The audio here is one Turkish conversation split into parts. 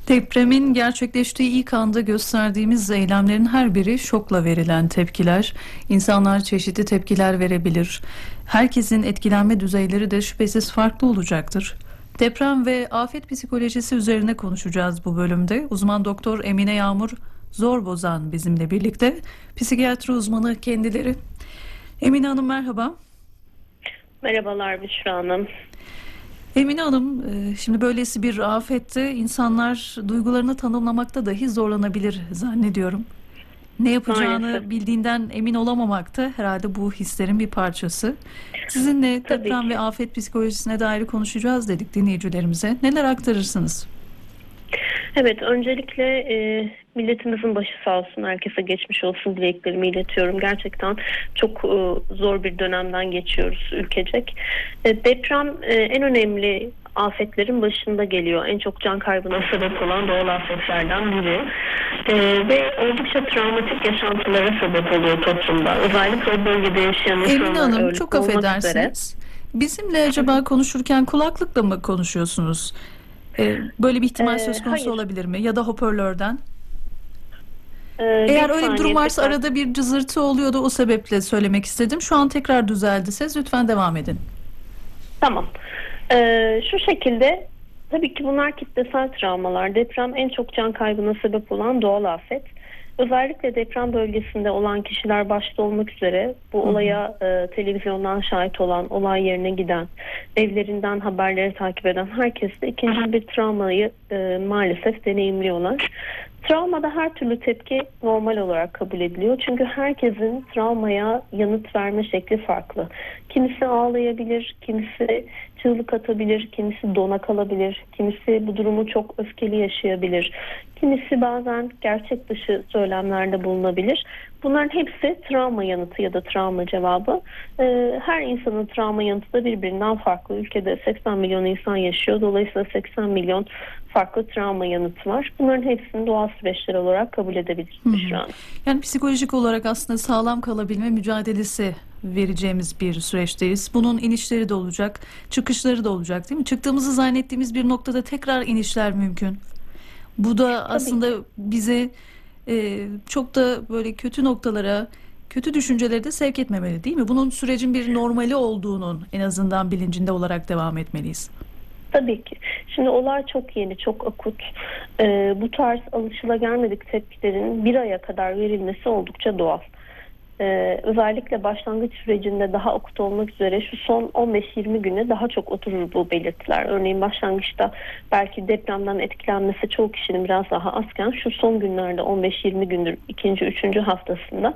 Depremin gerçekleştiği ilk anda gösterdiğimiz eylemlerin her biri şokla verilen tepkiler. İnsanlar çeşitli tepkiler verebilir. Herkesin etkilenme düzeyleri de şüphesiz farklı olacaktır. Deprem ve afet psikolojisi üzerine konuşacağız bu bölümde. Uzman doktor Emine Yağmur Zorbozan bizimle birlikte. Psikiyatri uzmanı kendileri. Emine Hanım merhaba. Merhabalar Büşra Hanım. Emine Hanım, şimdi böylesi bir afette insanlar duygularını tanımlamakta dahi zorlanabilir zannediyorum. Ne yapacağını Maalesef. bildiğinden emin olamamak da herhalde bu hislerin bir parçası. Sizinle Tabii deprem ki. ve afet psikolojisine dair konuşacağız dedik dinleyicilerimize. Neler aktarırsınız? Evet, öncelikle milletimizin başı sağ olsun, herkese geçmiş olsun dileklerimi iletiyorum. Gerçekten çok zor bir dönemden geçiyoruz ülkecek. Deprem en önemli afetlerin başında geliyor. En çok can kaybına sebep olan doğal afetlerden biri. Ve oldukça travmatik yaşantılara sebep oluyor toplumda. Özellikle o bölgede yaşayan Emine insanlar Hanım öyle çok olmak üzere. affedersiniz. Bizimle acaba konuşurken kulaklıkla mı konuşuyorsunuz? Böyle bir ihtimal söz konusu Hayır. olabilir mi? Ya da hoparlörden? Bir Eğer öyle bir durum saniye varsa tekrar. arada bir cızırtı oluyordu, o sebeple söylemek istedim. Şu an tekrar düzeldi ses. Lütfen devam edin. Tamam. Şu şekilde, tabii ki bunlar kitlesel travmalar. Deprem en çok can kaybına sebep olan doğal afet. Özellikle deprem bölgesinde olan kişiler başta olmak üzere bu olaya televizyondan şahit olan, olay yerine giden, evlerinden haberleri takip eden herkes de ikinci bir travmayı maalesef deneyimliyorlar. Travmada her türlü tepki normal olarak kabul ediliyor. Çünkü herkesin travmaya yanıt verme şekli farklı. Kimisi ağlayabilir, kimisi çığlık atabilir, kimisi dona kalabilir, kimisi bu durumu çok öfkeli yaşayabilir. Kimisi bazen gerçek dışı söylemlerde bulunabilir. Bunların hepsi travma yanıtı ya da travma cevabı. Her insanın travma yanıtı da birbirinden farklı. Ülkede 80 milyon insan yaşıyor. Dolayısıyla 80 milyon farklı travma yanıtı var. Bunların hepsini doğal süreçler olarak kabul edebiliriz şu an. Yani psikolojik olarak aslında sağlam kalabilme mücadelesi vereceğimiz bir süreçteyiz. Bunun inişleri de olacak, çıkışları da olacak, değil mi? Çıktığımızı zannettiğimiz bir noktada tekrar inişler mümkün. Bu da aslında bize çok da böyle kötü noktalara, kötü düşüncelere de sevk etmemeli, değil mi? Bunun sürecin bir normali olduğunun en azından bilincinde olarak devam etmeliyiz. Tabii ki. Şimdi olay çok yeni, çok akut. Bu tarz alışılagelmedik tepkilerin bir aya kadar verilmesi oldukça doğal. Özellikle başlangıç sürecinde daha akut olmak üzere şu son 15-20 güne daha çok oturur bu belirtiler. Örneğin başlangıçta belki depremden etkilenmesi çoğu kişinin biraz daha azken şu son günlerde 15-20 gündür ikinci, üçüncü haftasında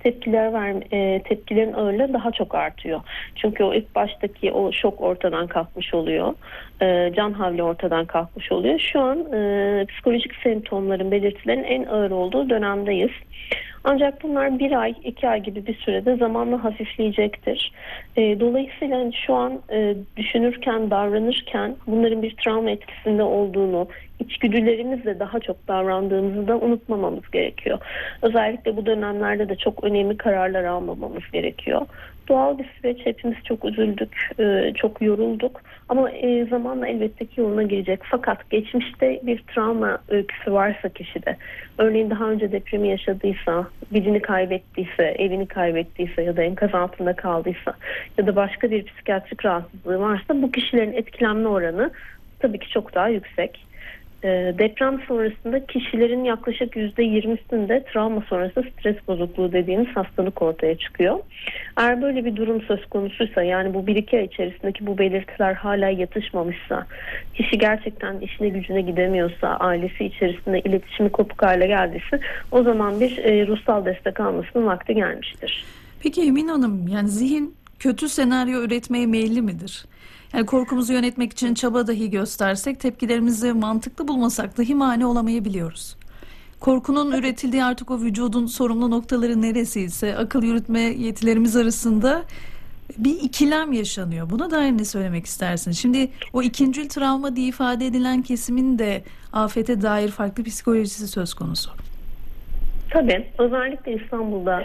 tepkilerin ağırlığı daha çok artıyor. Çünkü o ilk baştaki o şok ortadan kalkmış oluyor. Can havli ortadan kalkmış oluyor. Şu an psikolojik semptomların, belirtilerin en ağır olduğu dönemdeyiz. Ancak bunlar bir ay, 2 ay gibi bir sürede zamanla hafifleyecektir. Dolayısıyla hani şu an düşünürken, davranırken bunların bir travma etkisinde olduğunu, içgüdülerimizle daha çok davrandığımızı da unutmamamız gerekiyor. Özellikle bu dönemlerde de çok önemli kararlar almamamız gerekiyor. Doğal bir süreç, hepimiz çok üzüldük, çok yorulduk ama zamanla elbette ki yoluna girecek. Fakat geçmişte bir travma öyküsü varsa kişide, örneğin daha önce depremi yaşadıysa, birini kaybettiyse, evini kaybettiyse ya da enkaz altında kaldıysa ya da başka bir psikiyatrik rahatsızlığı varsa bu kişilerin etkilenme oranı tabii ki çok daha yüksek. Deprem sonrasında kişilerin yaklaşık %20'sinde travma sonrası stres bozukluğu dediğimiz hastalık ortaya çıkıyor. Eğer böyle bir durum söz konusuysa, yani bu 1-2 ay içerisindeki bu belirtiler hala yatışmamışsa, kişi gerçekten işine gücüne gidemiyorsa, ailesi içerisinde iletişimi kopuk hale geldiyse o zaman bir ruhsal destek almasının vakti gelmiştir. Peki Emine Hanım, yani zihin kötü senaryo üretmeye meyilli midir? Yani korkumuzu yönetmek için çaba dahi göstersek, tepkilerimizi mantıklı bulmasak dahi mani olamayabiliyoruz. Korkunun üretildiği artık o vücudun sorumlu noktaları neresiyse akıl yürütme yetilerimiz arasında bir ikilem yaşanıyor. Buna dair ne söylemek istersin? Şimdi o ikincil travma diye ifade edilen kesimin de afete dair farklı psikolojisi söz konusu. Tabii, özellikle İstanbul'da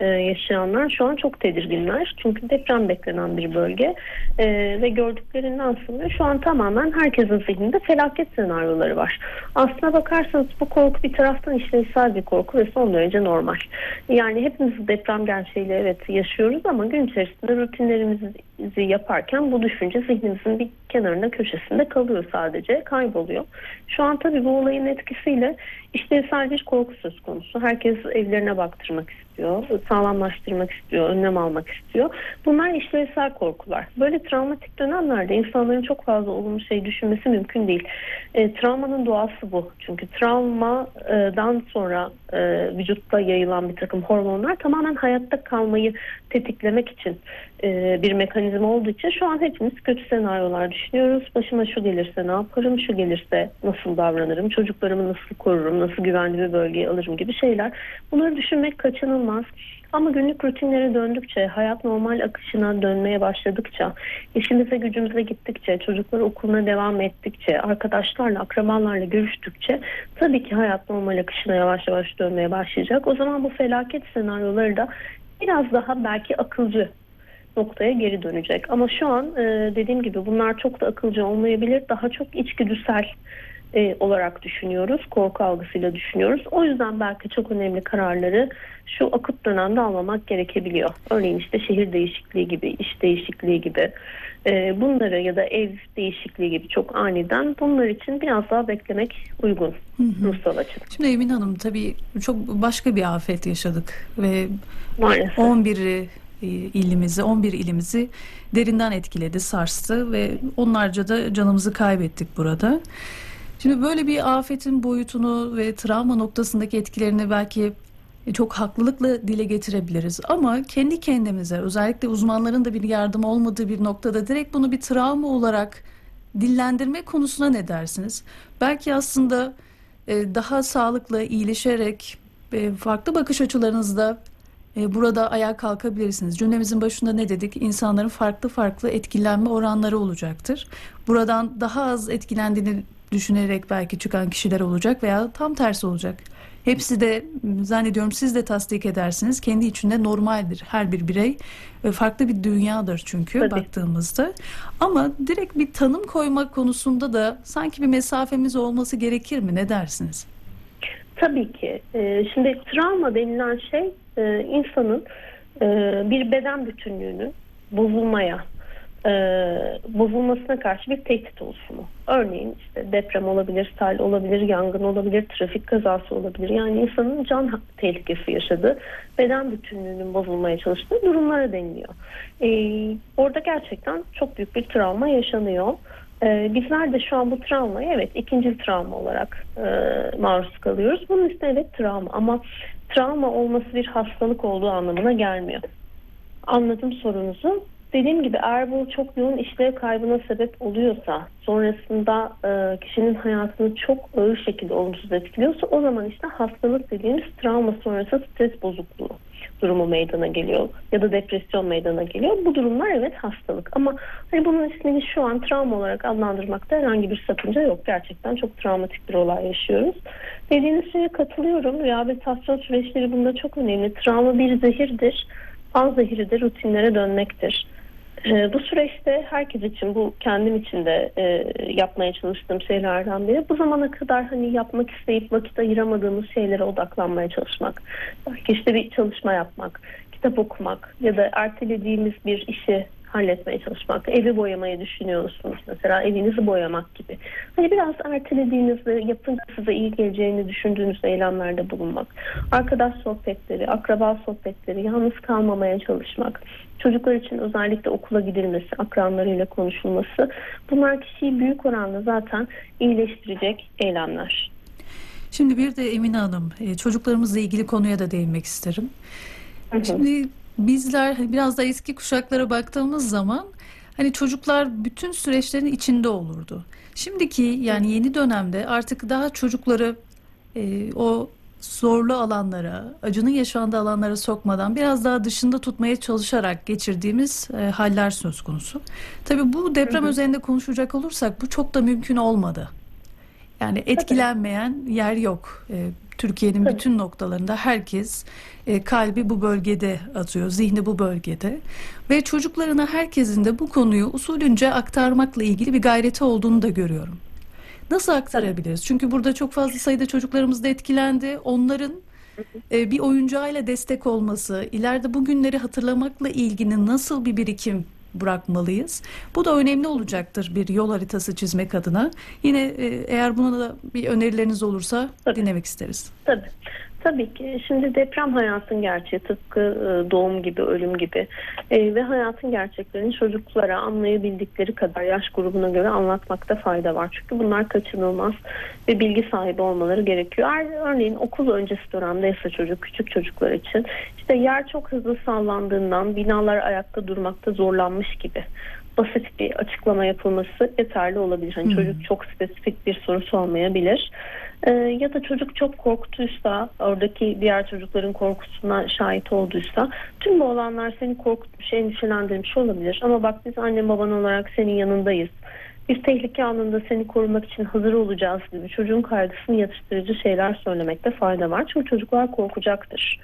yaşayanlar şu an çok tedirginler. Çünkü deprem beklenen bir bölge ve gördüklerinden sonra şu an tamamen herkesin zihninde felaket senaryoları var. Aslına bakarsanız bu korku bir taraftan işlevsel bir korku ve son derece normal. Yani hepimiz deprem gerçeğiyle evet yaşıyoruz ama gün içerisinde rutinlerimizi yaparken bu düşünce zihnimizin bir kenarında, köşesinde kalıyor, sadece kayboluyor. Şu an tabii bu olayın etkisiyle işlevsel bir korku söz konusu. Herkes evlerine baktırmak istiyor, sağlamlaştırmak istiyor, önlem almak istiyor. Bunlar işlevsel korkular. Böyle travmatik dönemlerde insanların çok fazla olumlu şey düşünmesi mümkün değil. Travmanın doğası bu. Çünkü travmadan sonra vücutta yayılan bir takım hormonlar tamamen hayatta kalmayı tetiklemek için bir mekanizma olduğu için şu an hepimiz kötü senaryolar düşünüyoruz. Başıma şu gelirse ne yaparım, şu gelirse nasıl davranırım, çocuklarımı nasıl korurum, nasıl güvenli bir bölgeye alırım gibi şeyler. Bunları düşünmek kaçınılmaz. Ama günlük rutinlere döndükçe, hayat normal akışına dönmeye başladıkça, işimize gücümüze gittikçe, çocuklar okuluna devam ettikçe, arkadaşlarla, akrabalarla görüştükçe tabii ki hayat normal akışına yavaş yavaş dönmeye başlayacak. O zaman bu felaket senaryoları da biraz daha belki akılcı noktaya geri dönecek. Ama şu an dediğim gibi bunlar çok da akılcı olmayabilir. Daha çok içgüdüsel olarak düşünüyoruz. Korku algısıyla düşünüyoruz. O yüzden belki çok önemli kararları şu akut dönemde almamak gerekebiliyor. Örneğin işte şehir değişikliği gibi, iş değişikliği gibi bunları ya da ev değişikliği gibi çok aniden, bunlar için biraz daha beklemek uygun ruhsal açıdan. Şimdi Emin Hanım, tabii çok başka bir afet yaşadık ve Maalesef. 11 ilimizi derinden etkiledi, sarstı ve onlarca da canımızı kaybettik burada. Şimdi böyle bir afetin boyutunu ve travma noktasındaki etkilerini belki çok haklılıkla dile getirebiliriz. Ama kendi kendimize, özellikle uzmanların da bir yardım olmadığı bir noktada direkt bunu bir travma olarak dillendirme konusuna ne dersiniz? Belki aslında daha sağlıklı, iyileşerek, farklı bakış açılarınızda burada ayağa kalkabilirsiniz. Cümlemizin başında ne dedik? İnsanların farklı farklı etkilenme oranları olacaktır. Buradan daha az etkilendiğini düşünerek belki çıkan kişiler olacak veya tam tersi olacak. Hepsi de, zannediyorum siz de tasdik edersiniz, kendi içinde normaldir. Her bir birey farklı bir dünyadır çünkü Tabii. baktığımızda. Ama direkt bir tanım koymak konusunda da sanki bir mesafemiz olması gerekir mi? Ne dersiniz? Tabii ki. Şimdi travma denilen şey insanın bir beden bütünlüğünün bozulmasına karşı bir tehdit oluşumu. Örneğin işte deprem olabilir, sel olabilir, yangın olabilir, trafik kazası olabilir. Yani insanın can tehlikesi yaşadığı, beden bütünlüğünün bozulmaya çalıştığı durumlara deniliyor. Orada gerçekten çok büyük bir travma yaşanıyor. Bizler de şu an bu travmayı evet ikinci travma olarak maruz kalıyoruz. Bunun ismi evet travma, ama travma olması bir hastalık olduğu anlamına gelmiyor. Anladım sorunuzu. Dediğim gibi eğer bu çok yoğun işlev kaybına sebep oluyorsa, sonrasında kişinin hayatını çok ağır şekilde olumsuz etkiliyorsa, o zaman işte hastalık dediğimiz travma sonrası stres bozukluğu durumu meydana geliyor ya da depresyon meydana geliyor. Bu durumlar evet hastalık, ama hani bunun ismini şu an travma olarak adlandırmakta herhangi bir sakınca yok. Gerçekten çok travmatik bir olay yaşıyoruz. Dediğiniz şeye katılıyorum. Rehabilitasyon süreçleri bunda çok önemli. Travma bir zehirdir. Al zehiri de rutinlere dönmektir. Bu süreçte herkes için, bu kendim için de yapmaya çalıştığım şeylerden biri. Bu zamana kadar hani yapmak isteyip vakit ayıramadığımız şeylere odaklanmaya çalışmak. Belki işte bir çalışma yapmak, kitap okumak ya da ertelediğimiz bir işi halletmeye çalışmak. Evi boyamayı düşünüyorsunuz mesela, evinizi boyamak gibi. Hani biraz ertelediğinizde, yapınca size iyi geleceğini düşündüğünüz eylemlerde bulunmak. Arkadaş sohbetleri, akraba sohbetleri, yalnız kalmamaya çalışmak. Çocuklar için özellikle okula gidilmesi, akranlarıyla konuşulması. Bunlar kişiyi büyük oranda zaten iyileştirecek eylemler. Şimdi bir de Emine Hanım, çocuklarımızla ilgili konuya da değinmek isterim. Şimdi bizler hani biraz da eski kuşaklara baktığımız zaman hani çocuklar bütün süreçlerin içinde olurdu. Şimdiki yani yeni dönemde artık daha çocukları o zorlu alanlara, acının yaşandığı alanlara sokmadan biraz daha dışında tutmaya çalışarak geçirdiğimiz haller söz konusu. Tabii bu deprem üzerinde konuşacak olursak bu çok da mümkün olmadı. Yani etkilenmeyen yer yok. Türkiye'nin Tabii. bütün noktalarında herkes kalbi bu bölgede atıyor, zihni bu bölgede. Ve çocuklarına herkesin de bu konuyu usulünce aktarmakla ilgili bir gayreti olduğunu da görüyorum. Nasıl aktarabiliriz? Çünkü burada çok fazla sayıda çocuklarımız da etkilendi. Onların bir oyuncağıyla destek olması, ileride bu günleri hatırlamakla ilgili nasıl bir birikim bırakmalıyız? Bu da önemli olacaktır bir yol haritası çizmek adına. Yine eğer buna da bir önerileriniz olursa Tabii. dinlemek isteriz. Tabii. Tabii ki. Şimdi deprem hayatın gerçeği, tıpkı doğum gibi, ölüm gibi ve hayatın gerçeklerini çocuklara anlayabildikleri kadar yaş grubuna göre anlatmakta fayda var. Çünkü bunlar kaçınılmaz ve bilgi sahibi olmaları gerekiyor. Örneğin okul öncesi dönemdeyse çocuk, küçük çocuklar için işte yer çok hızlı sallandığından binalar ayakta durmakta zorlanmış gibi basit bir açıklama yapılması yeterli olabilir. Hani çocuk çok spesifik bir soru sormayabilir. Ya da çocuk çok korktuysa, oradaki diğer çocukların korkusuna şahit olduysa, tüm bu olanlar seni korkutmuş, endişelendirmiş olabilir. Ama bak, biz anne baban olarak senin yanındayız. Bir tehlike anında seni korumak için hazır olacağız gibi çocuğun kaygısını yatıştırıcı şeyler söylemekte fayda var. Çünkü çocuklar korkacaktır.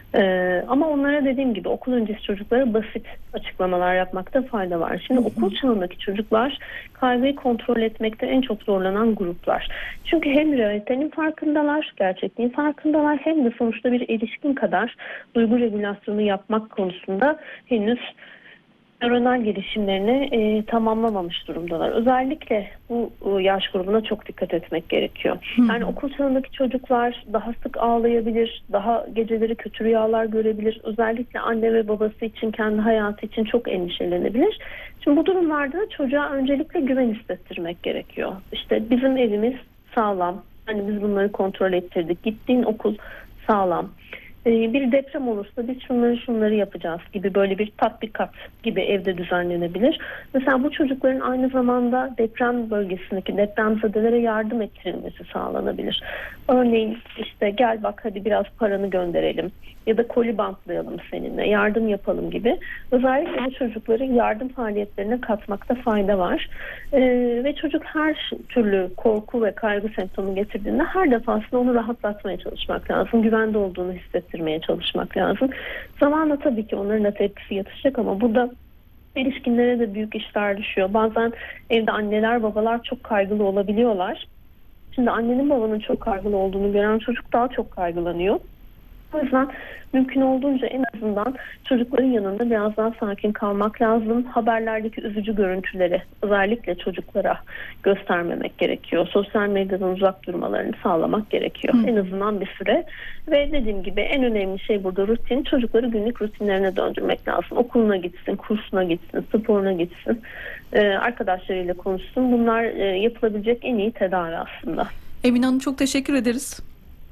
Ama onlara dediğim gibi okul öncesi çocuklara basit açıklamalar yapmakta fayda var. Şimdi okul çağındaki çocuklar kaygıyı kontrol etmekte en çok zorlanan gruplar. Çünkü hem realitenin farkındalar, gerçekliğin farkındalar, hem de sonuçta bir erişkin kadar duygu regülasyonu yapmak konusunda henüz nöronal gelişimlerini tamamlamamış durumdalar. Özellikle bu yaş grubuna çok dikkat etmek gerekiyor. Yani okul çağındaki çocuklar daha sık ağlayabilir, daha geceleri kötü rüyalar görebilir. Özellikle anne ve babası için, kendi hayatı için çok endişelenebilir. Şimdi bu durumlarda çocuğa öncelikle güven hissettirmek gerekiyor. İşte bizim evimiz sağlam, hani biz bunları kontrol ettirdik, gittiğin okul sağlam. Bir deprem olursa biz şunları yapacağız gibi böyle bir tatbikat gibi evde düzenlenebilir. Mesela bu çocukların aynı zamanda deprem bölgesindeki depremzedelere yardım ettirilmesi sağlanabilir. Örneğin işte gel bak hadi biraz paranı gönderelim ya da koli bantlayalım seninle, yardım yapalım gibi. Özellikle bu çocukları yardım faaliyetlerine katmakta fayda var. Ve çocuk her türlü korku ve kaygı semptomu getirdiğinde her defasında onu rahatlatmaya çalışmak lazım. Güvende olduğunu hissettirmeye çalışmak lazım. Zamanla tabii ki onların da tepkisi yatışacak ama burada erişkinlere de büyük işler düşüyor. Bazen evde anneler babalar çok kaygılı olabiliyorlar. Şimdi annenin babanın çok kaygılı olduğunu gören çocuk daha çok kaygılanıyor. O yüzden mümkün olduğunca en azından çocukların yanında biraz daha sakin kalmak lazım. Haberlerdeki üzücü görüntüleri özellikle çocuklara göstermemek gerekiyor. Sosyal medyadan uzak durmalarını sağlamak gerekiyor. En azından bir süre. Ve dediğim gibi en önemli şey burada rutin. Çocukları günlük rutinlerine döndürmek lazım. Okuluna gitsin, kursuna gitsin, sporuna gitsin, arkadaşlarıyla konuşsun. Bunlar yapılabilecek en iyi tedavi aslında. Emine Hanım, çok teşekkür ederiz.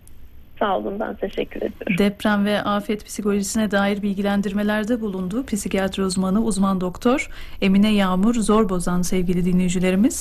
Sağ olun, ben teşekkür ediyorum. Deprem ve afet psikolojisine dair bilgilendirmelerde bulundu psikiyatri uzmanı, uzman doktor Emine Yağmur Zorbozan sevgili dinleyicilerimiz.